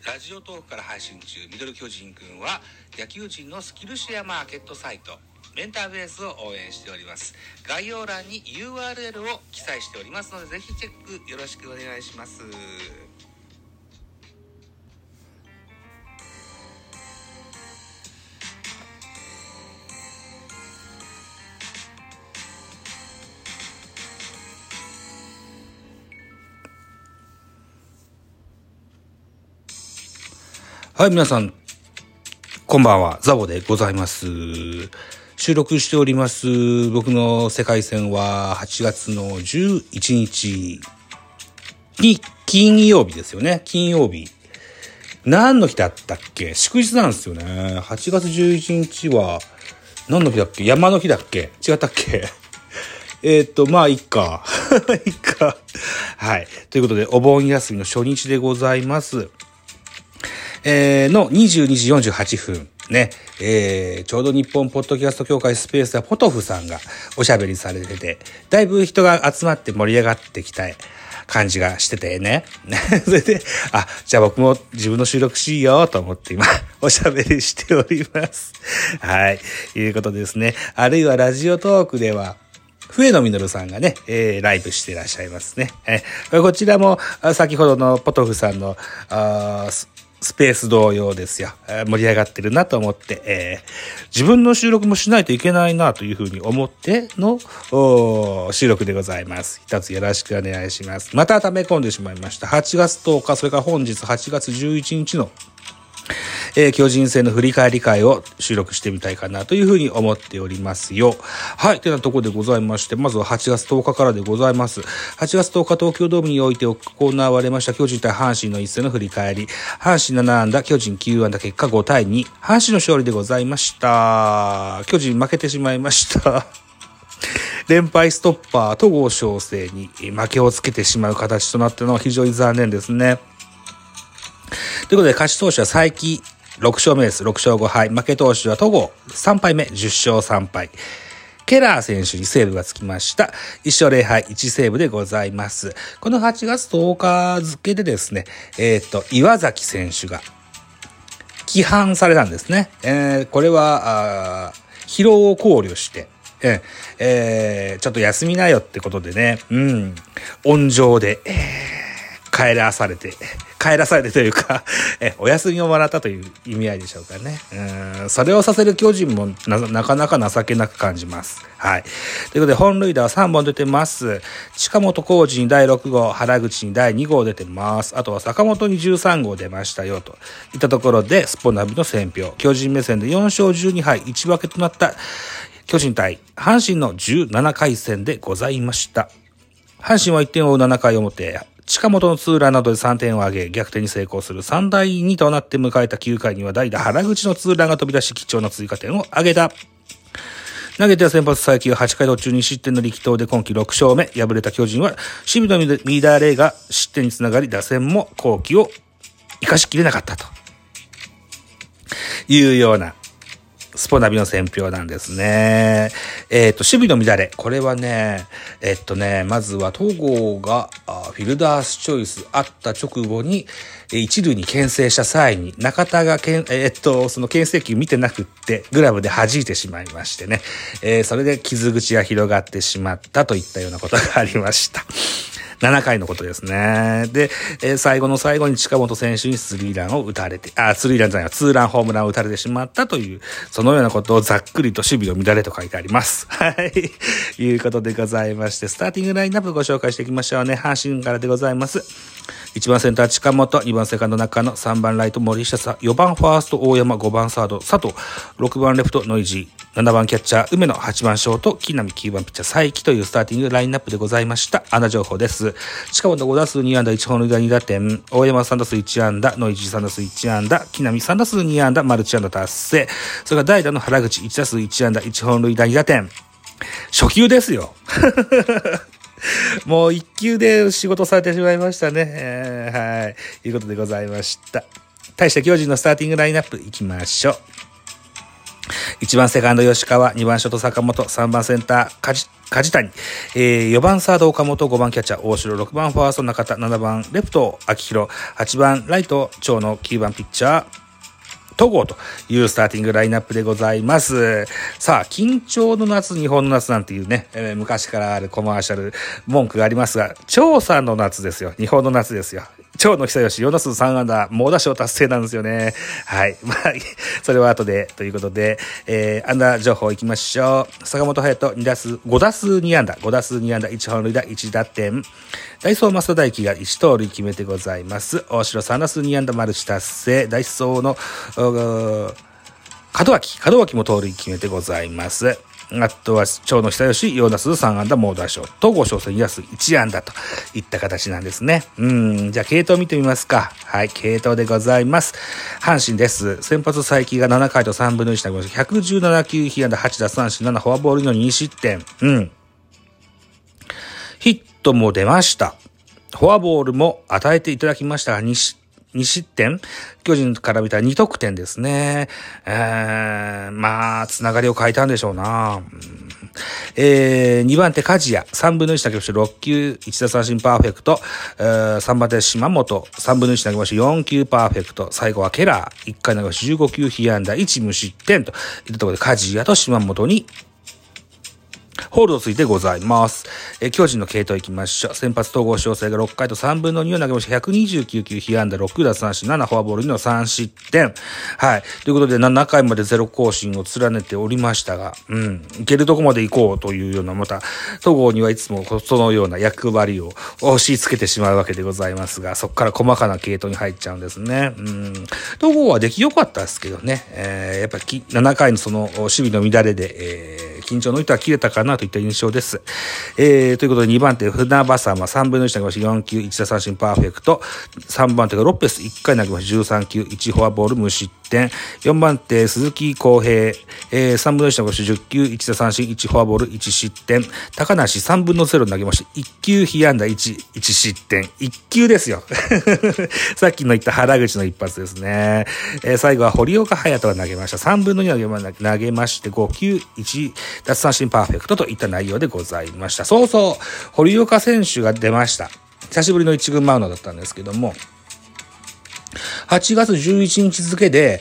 ラジオトークから配信中、ミドル巨人くんは野球人のスキルシェアマーケットサイトメンターベースを応援しております。概要欄に URL を記載しておりますので、ぜひチェックよろしくお願いします。はい、皆さんこんばんは、ザボでございます。収録しております僕の世界戦は8月の11日に金曜日ですよね。金曜日何の日だったっけ？祝日なんですよね。8月11日は何の日だっけ？山の日だっけ？違ったっけ？まあいっかいっか。はい、ということでお盆休みの初日でございます。の22時48分ね、ちょうど日本ポッドキャスト協会スペースはポトフさんがおしゃべりされてて、だいぶ人が集まって盛り上がってきた感じがしててね。それで、じゃあ僕も自分の収録しようと思って今おしゃべりしております。はい、いうことですね。あるいはラジオトークでは笛野実さんがね、ライブしていらっしゃいますね。こちらも先ほどのポトフさんのスペース同様ですよ。盛り上がってるなと思って、自分の収録もしないといけないなというふうに思っての収録でございます。一つよろしくお願いします。また溜め込んでしまいました。8月10日、それから本日8月11日の巨人戦の振り返り会を収録してみたいかなというふうに思っておりますよ。はい、というようなところでございまして、まずは8月10日からでございます。8月10日東京ドームにおいて行われました巨人対阪神の一戦の振り返り。阪神7安打、巨人9安打、結果5対2。阪神の勝利でございました。巨人負けてしまいました。連敗ストッパー戸郷翔征に負けをつけてしまう形となったのは非常に残念ですね。ということで勝ち投手は才木6勝目です。6勝5敗。負け投手は戸郷3敗目、10勝3敗。ケラー選手にセーブがつきました。1勝0敗1セーブでございます。この8月10日付でですね、岩崎選手が規範されたんですね。これは疲労を考慮して、ちょっと休みなよってことでね、温情で、帰らされてというかお休みをもらったという意味合いでしょうかね。それをさせる巨人もなかなか情けなく感じます。はい。ということで本塁打は3本出てます。近本浩二に第6号、原口に第2号出てます。あとは坂本に13号出ましたよといったところでスポナビの選評、巨人目線で4勝12敗1分けとなった巨人対阪神の17回戦でございました。阪神は1点を追う7回表、近本のツーランなどで3点を挙げ逆転に成功する3対2となって迎えた9回には代打原口のツーランが飛び出し貴重な追加点を挙げた。投げては先発才木が8回途中2失点の力投で今季6勝目。敗れた巨人は守備の乱れが失点につながり打線も好機を生かしきれなかったというようなスポナビの選評なんですね。守備の乱れ。これはね、まずは戸郷がフィルダースチョイスあった直後に、一塁に牽制した際に、中田がその牽制球見てなくって、グラブで弾いてしまいましてね。それで傷口が広がってしまったといったようなことがありました。7回のことですね。で、最後の最後に近本選手にスリーランを打たれて、ツーランホームランを打たれてしまったという、そのようなことをざっくりと守備の乱れと書いてあります。はい。いうことでございまして、スターティングラインナップご紹介していきましょうね。阪神からでございます。1番センター近本、2番セカンド中野、3番ライト森下、4番ファースト大山、5番サード佐藤、6番レフトノイジー、7番キャッチャー梅野、8番ショート木浪、9番ピッチャー才木というスターティングラインナップでございました。安打情報です。近本5打数2安打1本塁打2打点、大山3打数1安打、ノイジー3打数1安打、木浪3打数2安打、マルチ安打達成。それから代打の原口1打数1安打1本塁打2打点。初球ですよ。もう一球で仕事されてしまいましたね。はい。いうことでございました。対して巨人のスターティングラインナップいきましょう。 1番セカンド吉川、2番ショート坂本、3番センター梶谷、4番サード岡本、5番キャッチャー大城、6番ファースト中田、7番レフト秋広、8番ライト長野、9番ピッチャー戸郷というスターティングラインナップでございます。さあ、緊張の夏、日本の夏なんていうね、昔からあるコマーシャル文句がありますが、長さんの夏ですよ。日本の夏ですよ。長野久義、4打数3安打、猛打賞達成なんですよね。はい。まあ、それは後で、ということで、安打情報いきましょう。坂本勇人、5打数2安打、1本塁打、1打点。ダイソー増田大輝が1盗塁決めてございます。大城3打数2安打マルチ達成。ダイソーの、門脇も盗塁決めてございます。あとは長野久義、4打数3安打猛打賞、東郷翔征2打数1安打といった形なんですね。じゃあ系統見てみますか。はい、系統でございます。阪神です。先発才木が7回と3分の1投げました。117球、被安打8奪三振7、フォアボールの2失点。ヒットも出ました。フォアボールも与えていただきましたが、2失点、巨人から見たら2得点ですね。まあ、つながりを変えたんでしょうな。2番手梶谷、3分の1投げまして6球、1打三振パーフェクト。3番手島本、3分の1投げまして4球パーフェクト。最後はケラー、1回投げまして15球被安打1無失点といったところで梶谷と島本にホールドついてございます。巨人の系統いきましょう。先発統合翔征が6回と3分の2を投げまして129球、被安打6奪三振7、フォアボール2の3失点。はい。ということで7回までゼロ更新を連ねておりましたが、いけるとこまで行こうというような、また、統合にはいつもそのような役割を押し付けてしまうわけでございますが、そこから細かな系統に入っちゃうんですね。統合は出来良かったですけどね。やっぱり7回のその守備の乱れで、緊張の糸は切れたかなといった印象です。ということで2番手船場様3分の1投げまして4球1打三振パーフェクト。3番手がロペス1回投げまして13球1フォアボール無失点。4番手鈴木康平、3分の1投げまして10球1打三振1フォアボール1失点。高梨3分の0投げまして1球被安打1失点。1球ですよ。さっきの言った原口の一発ですね。最後は堀岡隼人が投げました。3分の2投げまして5球1奪三振パーフェクトといった内容でございました。そうそう、堀岡選手が出ました。久しぶりの一軍マウンドだったんですけども、8月11日付で、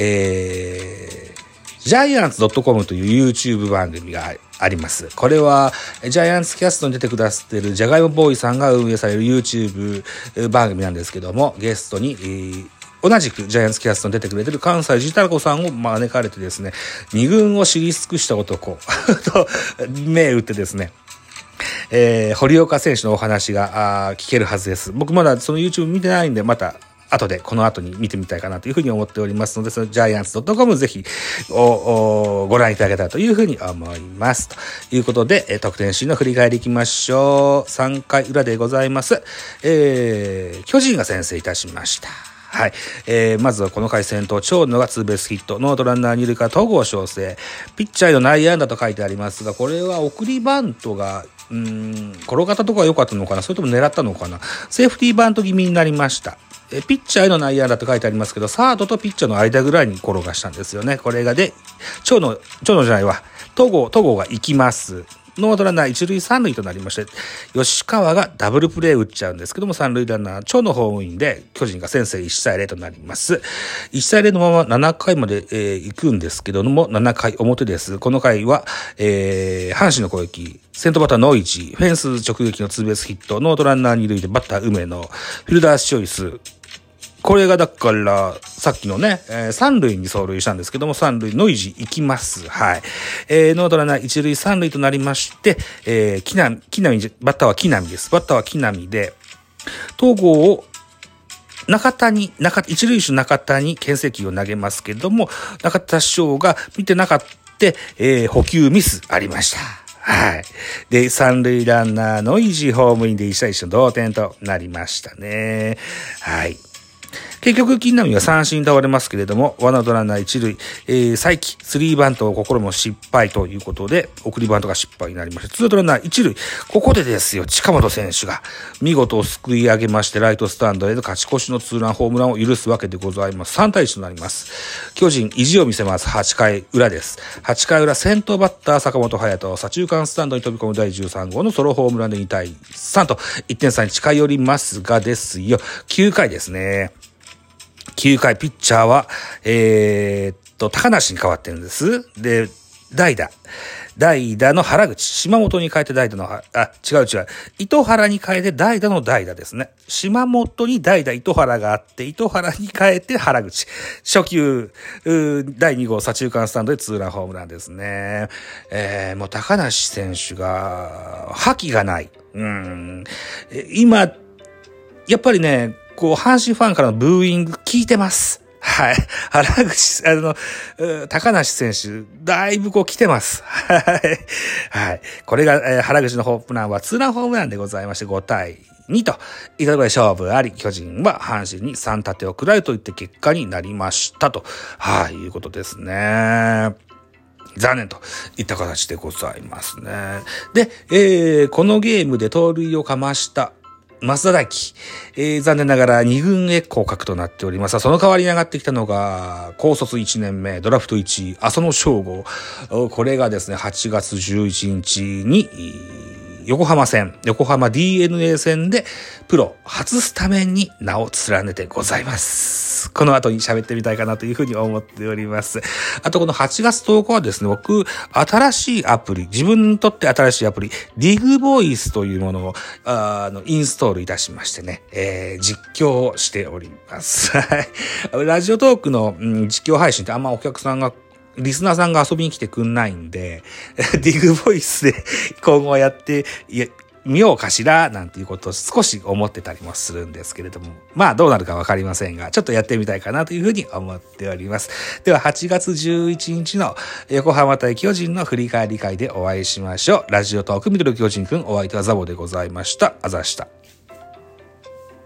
ジャイアンツ .com という YouTube 番組があります。これはジャイアンツキャストに出てくださっているジャガイモボーイさんが運営される YouTube 番組なんですけども、ゲストに、同じくジャイアンツキャストに出てくれてる関西ジタラコさんを招かれてですね、二軍を知り尽くした男と銘打ってですね、堀岡選手のお話が聞けるはずです。僕まだその YouTube 見てないんで、またこの後に見てみたいかなというふうに思っておりますので、そのジャイアンツ .com ぜひご覧いただけたらというふうに思います。ということで、得点シーンの振り返りいきましょう。3回裏でございます。巨人が先制いたしました。はい。まずはこの回先頭、長野がツーベースヒット、ノートランナー二塁から戸郷翔征、ピッチャーへの内野安打と書いてありますが、これは送りバントが、転がったところが良かったのかな、それとも狙ったのかな、セーフティーバント気味になりました。ピッチャーへの内野安打と書いてありますけど、サードとピッチャーの間ぐらいに転がしたんですよね。これがで、長野じゃないわ、戸郷が行きます。ノートランナー一塁三塁となりまして、吉川がダブルプレー打っちゃうんですけども、三塁ランナー長野ホームインで巨人が先制1対0となります。1対0のまま7回まで、行くんですけども、7回表です。この回は、阪神の攻撃、先頭バッターノイジー、フェンス直撃のツーベースヒット、ノートランナー二塁でバッター梅野、フィルダースチョイス、これがだから、さっきのね、三塁に走塁したんですけども、三塁ノイジー行きます。はい。ノートランナー一塁三塁となりまして、木浪、バッターは木浪です。バッターは木浪で、東郷を一塁手中田に牽制球を投げますけども、中田翔が見てなかった、捕球ミスありました。はい。で、三塁ランナーノイジーホームインで1対1の同点となりましたね。はい。 結局、金浪は三振倒れますけれども、ワンアウトランナー一塁、再起、スリーバントを心も失敗ということで、送りバントが失敗になりました。ツーアウトランナー一塁、ここでですよ、近本選手が見事すくい上げまして、ライトスタンドへの勝ち越しのツーランホームランを許すわけでございます。3対1となります。巨人、意地を見せます。8回裏です。8回裏、先頭バッター、坂本勇人、左中間スタンドに飛び込む第13号のソロホームランで2対3と、1点差に近寄りますがですよ、9回ですね。9回、ピッチャーは、高梨に変わってるんです。で、代打の原口、島本に変えて代打の、違う。糸原に変えて代打の代打ですね。島本に代打糸原があって、糸原に変えて原口。初球、第2号左中間スタンドでツーランホームランですね。もう高梨選手が、覇気がない。今、やっぱりね、阪神ファンからのブーイング聞いてます。はい。原口、高梨選手、だいぶ来てます。はい。はい。これが、原口のホームランはツーランホームランでございまして、5対2と、いたところで勝負あり、巨人は阪神に3立てを食らうといった結果になりましたと、いうことですね。残念といった形でございますね。で、このゲームで盗塁をかました増田大輝、残念ながら2軍へ降格となっております。その代わりに上がってきたのが、高卒1年目、ドラフト1位、浅野翔吾。これがですね、8月11日に、横浜 DNA 戦で、プロ初スタメンに名を連ねてございます。この後に喋ってみたいかなというふうに思っております。あとこの8月10日はですね、僕、新しいアプリ、自分にとって新しいアプリ、ディグボイスというものを、インストールいたしましてね、実況をしております。ラジオトークの、実況配信ってあんまお客さんがリスナーさんが遊びに来てくんないんで、ディグボイスで今後やってみようかしら、なんていうことを少し思ってたりもするんですけれども、まあどうなるかわかりませんが、ちょっとやってみたいかなというふうに思っております。では8月11日の横浜対巨人の振り返り会でお会いしましょう。ラジオトークミドル巨人くん、お相手はザボでございました。あざした。